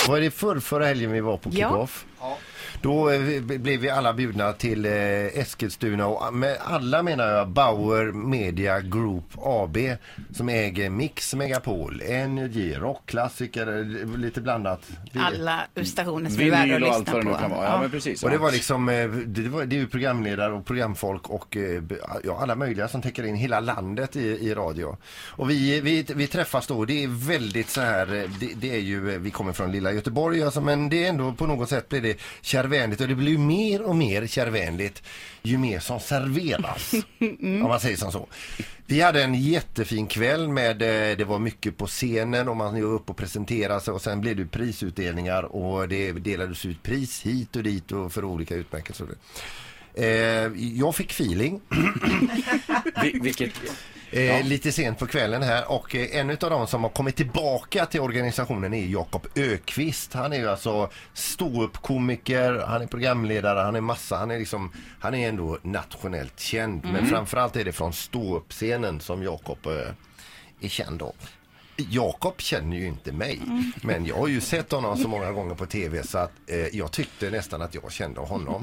Var det förra helgen vi var på kick-off? Ja. Då blev vi alla bjudna till Eskilstuna och med alla menar jag Bauer Media Group AB som äger Mix Megapol, Energy, rockklassiker, lite blandat. Alla stationer som är värda att lyssna på. Ja, men precis. Och det var liksom, det är ju programledare och programfolk och alla möjliga som täcker in hela landet i radio. Och vi träffas då, det är väldigt så här, det är ju, vi kommer från lilla Göteborg alltså, men det är ändå på något sätt blir det kärvänligt och det blir ju mer och mer kärvänligt ju mer som serveras, om man säger som så. Vi hade en jättefin kväll med, det var mycket på scenen och man går upp och presenterar sig och sen blev det prisutdelningar och det delades ut pris hit och dit och för olika utmärkelser. Jag fick feeling. Vilket... Lite sent på kvällen här och en av dem som har kommit tillbaka till organisationen är Jakob Ökvist. Han är ju alltså ståuppkomiker, han är programledare, han är ändå nationellt känd, men framförallt är det från ståuppscenen som Jakob är känd av. Jakob känner ju inte mig, men jag har ju sett honom så många gånger på tv så att jag tyckte nästan att jag kände honom.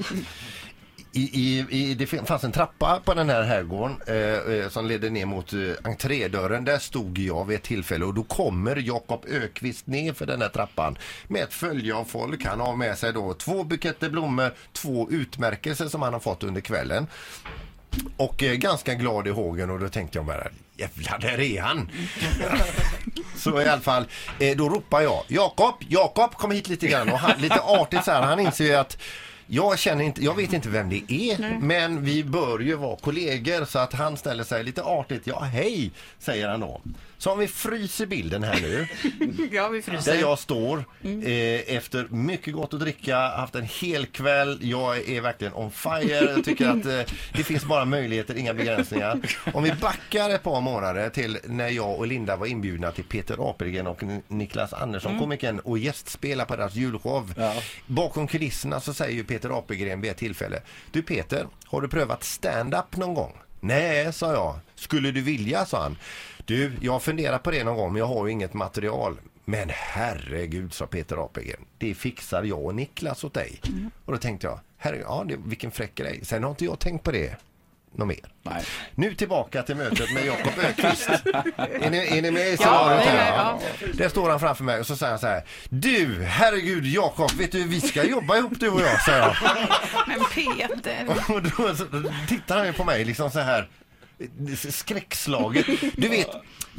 Det fanns en trappa på den här herrgården som ledde ner mot entrédörren. Där stod jag vid ett tillfälle och då kommer Jakob Ökvist ner för den här trappan med ett följe av folk. Han har med sig då 2 buketter blommor, 2 utmärkelser som han har fått under kvällen. Och ganska glad i hågen och då tänkte jag bara, jävlar, där är han. Så i alla fall, då ropar jag, Jakob, kom hit lite grann. Och han, lite artigt så här, han inser att jag vet inte vem det är, men vi bör ju vara kollegor så att han ställer sig lite artigt. Ja, hej, säger han då. Så om vi fryser bilden här nu. Ja, vi fryser. Där jag står efter mycket gott att dricka, haft en hel kväll. Jag är verkligen on fire. Jag tycker att det finns bara möjligheter, inga begränsningar. Om vi backar ett par månader till när jag och Linda var inbjudna till Peter Apelgren och Niklas Andersson, komikern, och gästspela på deras julshow. Ja. Bakom kulisserna så säger ju Peter Apelgren vid ett tillfälle: du Peter, har du prövat stand-up någon gång? Nej, sa jag. Skulle du vilja, sa han. Du, jag funderar på det någon gång, men jag har ju inget material. Men herregud, sa Peter Apelgren, det fixar jag och Niklas åt dig. Och då tänkte jag, vilken fräck grej. Sen har inte jag tänkt på det något mer. Nej. Nu tillbaka till mötet med Jakob Ökvist. Är ni med i scenariot här? Ja. Där står han framför mig och så säger han så här: du, herregud Jakob, vet du, vi ska jobba ihop du och jag, säger jag. Men Peter. Och då tittar han ju på mig liksom så här skräckslaget. Du vet,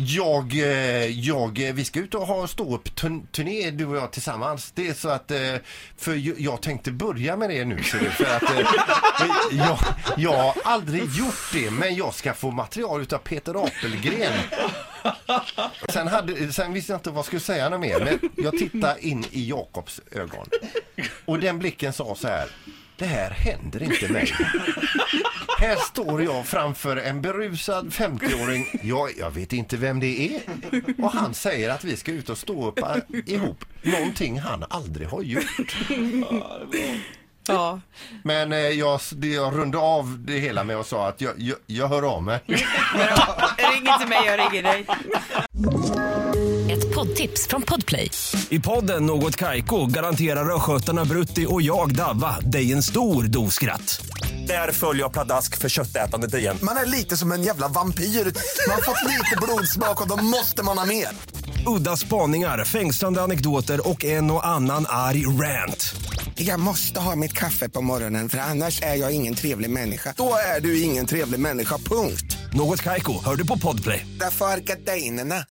vi ska ut och ha stå-upp-turné du och jag tillsammans. Det är så att för jag tänkte börja med det nu, för att jag har aldrig gjort det, men jag ska få material utav Peter Apelgren. Sen visste jag inte vad jag skulle säga något mer, men jag tittade in i Jakobs ögon och den blicken sa så här: det här händer inte mig. Här står jag framför en berusad 50-åring. Jag vet inte vem det är. Och han säger att vi ska ut och stå upp ihop. Någonting han aldrig har gjort. Ja. Men jag rundade av det hela med att säga att jag hör av mig. Ring inte mig, jag ringer dig. Ett poddtips från Podplay. I podden Något Kaiko garanterar röskötarna Brutti och jag Davva dig en stor doskratt. Där följer jag pladask för köttätandet igen. Man är lite som en jävla vampyr. Man har fått lite blodsmak och då måste man ha mer. Udda spaningar, fängslande anekdoter och en och annan arg rant. Jag måste ha mitt kaffe på morgonen för annars är jag ingen trevlig människa. Då är du ingen trevlig människa, punkt. Något Kaiko, hör du på Podplay. Därför är gardinerna.